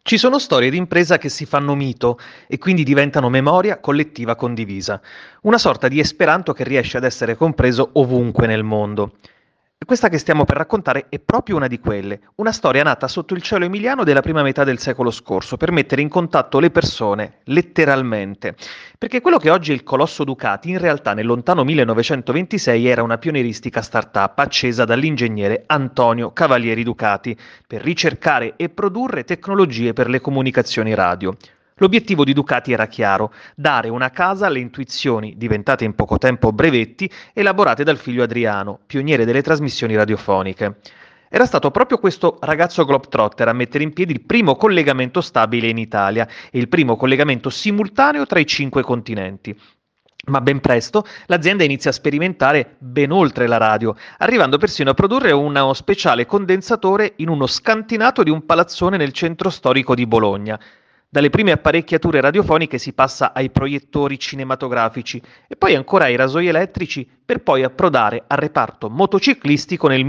Ci sono storie di impresa che si fanno mito e quindi diventano memoria collettiva condivisa, una sorta di esperanto che riesce ad essere compreso ovunque nel mondo. E questa che stiamo per raccontare è proprio una di quelle, una storia nata sotto il cielo emiliano della prima metà del secolo scorso per mettere in contatto le persone, letteralmente. Perché quello che oggi è il colosso Ducati in realtà nel lontano 1926 era una pionieristica start-up accesa dall'ingegnere Antonio Cavalieri Ducati per ricercare e produrre tecnologie per le comunicazioni radio. L'obiettivo di Ducati era chiaro: dare una casa alle intuizioni, diventate in poco tempo brevetti, elaborate dal figlio Adriano, pioniere delle trasmissioni radiofoniche. Era stato proprio questo ragazzo globetrotter a mettere in piedi il primo collegamento stabile in Italia e il primo collegamento simultaneo tra i 5 continenti. Ma ben presto l'azienda inizia a sperimentare ben oltre la radio, arrivando persino a produrre uno speciale condensatore in uno scantinato di un palazzone nel centro storico di Bologna. Dalle prime apparecchiature radiofoniche si passa ai proiettori cinematografici e poi ancora ai rasoi elettrici per poi approdare al reparto motociclistico nel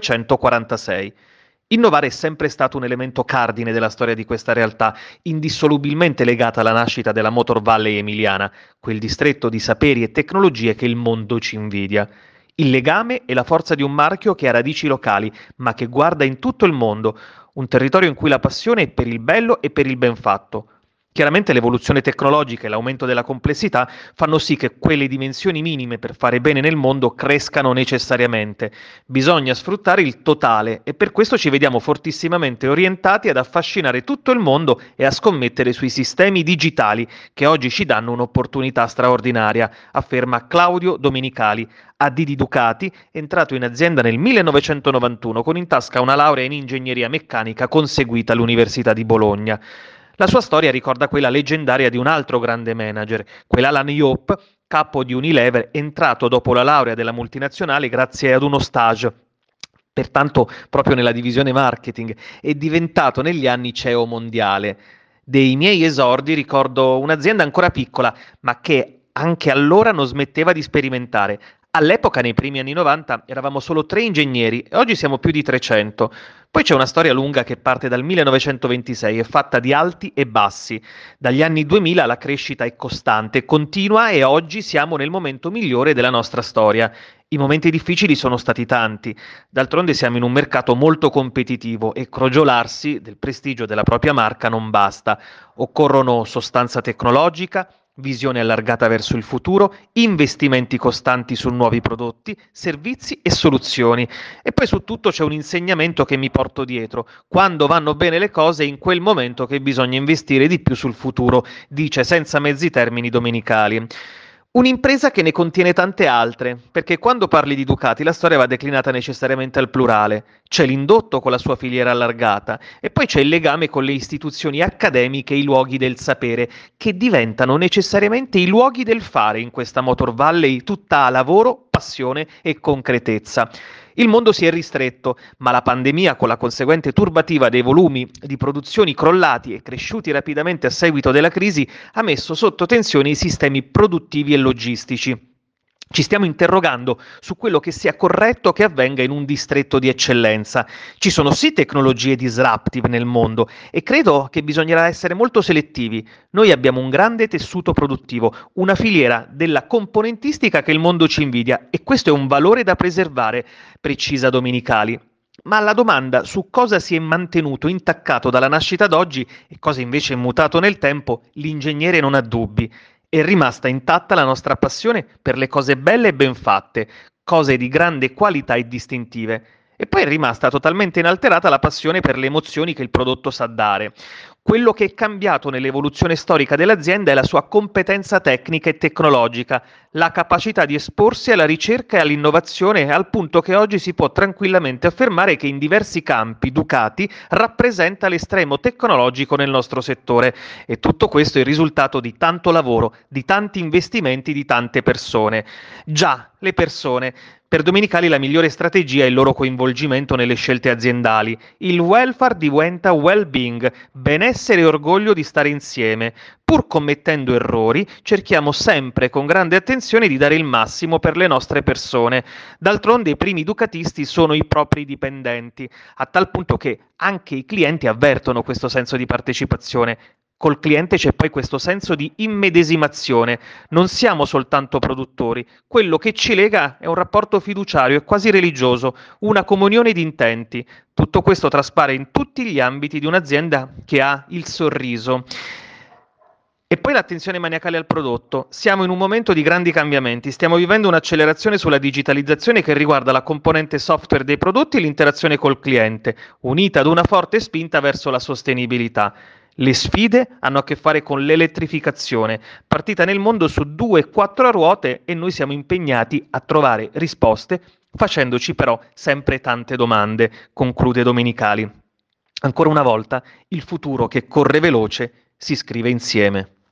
1946. Innovare è sempre stato un elemento cardine della storia di questa realtà, indissolubilmente legata alla nascita della Motor Valley emiliana, quel distretto di saperi e tecnologie che il mondo ci invidia. Il legame è la forza di un marchio che ha radici locali, ma che guarda in tutto il mondo, un territorio in cui la passione è per il bello e per il ben fatto. Chiaramente l'evoluzione tecnologica e l'aumento della complessità fanno sì che quelle dimensioni minime per fare bene nel mondo crescano necessariamente. Bisogna sfruttare il totale e per questo ci vediamo fortissimamente orientati ad affascinare tutto il mondo e a scommettere sui sistemi digitali che oggi ci danno un'opportunità straordinaria, afferma Claudio Domenicali, AD di Ducati, entrato in azienda nel 1991 con in tasca una laurea in ingegneria meccanica conseguita all'Università di Bologna. La sua storia ricorda quella leggendaria di un altro grande manager, quell'Alan Yope, capo di Unilever, entrato dopo la laurea della multinazionale grazie ad uno stage, pertanto proprio nella divisione marketing, e diventato negli anni CEO mondiale. Dei miei esordi ricordo un'azienda ancora piccola, ma che anche allora non smetteva di sperimentare. All'epoca, nei primi anni 90, eravamo solo 3 ingegneri e oggi siamo più di 300. Poi c'è una storia lunga che parte dal 1926, è fatta di alti e bassi. Dagli anni 2000 la crescita è costante, continua e oggi siamo nel momento migliore della nostra storia. I momenti difficili sono stati tanti, d'altronde siamo in un mercato molto competitivo e crogiolarsi del prestigio della propria marca non basta. Occorrono sostanza tecnologica, visione allargata verso il futuro, investimenti costanti su nuovi prodotti, servizi e soluzioni. E poi su tutto c'è un insegnamento che mi porto dietro: quando vanno bene le cose è in quel momento che bisogna investire di più sul futuro, dice senza mezzi termini Domenicali. Un'impresa che ne contiene tante altre, perché quando parli di Ducati la storia va declinata necessariamente al plurale. C'è l'indotto con la sua filiera allargata e poi c'è il legame con le istituzioni accademiche e i luoghi del sapere, che diventano necessariamente i luoghi del fare in questa Motor Valley tutta a lavoro, passione e concretezza. Il mondo si è ristretto, ma la pandemia, con la conseguente turbativa dei volumi di produzioni crollati e cresciuti rapidamente a seguito della crisi, ha messo sotto tensione i sistemi produttivi e logistici. Ci stiamo interrogando su quello che sia corretto che avvenga in un distretto di eccellenza. Ci sono sì tecnologie disruptive nel mondo e credo che bisognerà essere molto selettivi. Noi abbiamo un grande tessuto produttivo, una filiera della componentistica che il mondo ci invidia e questo è un valore da preservare, precisa Domenicali. Ma alla domanda su cosa si è mantenuto intaccato dalla nascita d'oggi e cosa invece è mutato nel tempo, l'ingegnere non ha dubbi. È rimasta intatta la nostra passione per le cose belle e ben fatte, cose di grande qualità e distintive. E poi è rimasta totalmente inalterata la passione per le emozioni che il prodotto sa dare. Quello che è cambiato nell'evoluzione storica dell'azienda è la sua competenza tecnica e tecnologica, la capacità di esporsi alla ricerca e all'innovazione, al punto che oggi si può tranquillamente affermare che in diversi campi Ducati rappresenta l'estremo tecnologico nel nostro settore. E tutto questo è il risultato di tanto lavoro, di tanti investimenti, di tante persone. Già, le persone. Per Domenicali la migliore strategia è il loro coinvolgimento nelle scelte aziendali. Il welfare diventa well-being, benessere e orgoglio di stare insieme. Pur commettendo errori, cerchiamo sempre con grande attenzione di dare il massimo per le nostre persone. D'altronde i primi ducatisti sono i propri dipendenti, a tal punto che anche i clienti avvertono questo senso di partecipazione. Col cliente c'è poi questo senso di immedesimazione. Non siamo soltanto produttori, quello che ci lega è un rapporto fiduciario e quasi religioso, una comunione di intenti. Tutto questo traspare in tutti gli ambiti di un'azienda che ha il sorriso. E poi l'attenzione maniacale al prodotto. Siamo in un momento di grandi cambiamenti, stiamo vivendo un'accelerazione sulla digitalizzazione che riguarda la componente software dei prodotti e l'interazione col cliente, unita ad una forte spinta verso la sostenibilità. Le sfide hanno a che fare con l'elettrificazione, partita nel mondo su 2 e 4 ruote e noi siamo impegnati a trovare risposte, facendoci però sempre tante domande, conclude Domenicali. Ancora una volta, il futuro che corre veloce si scrive insieme.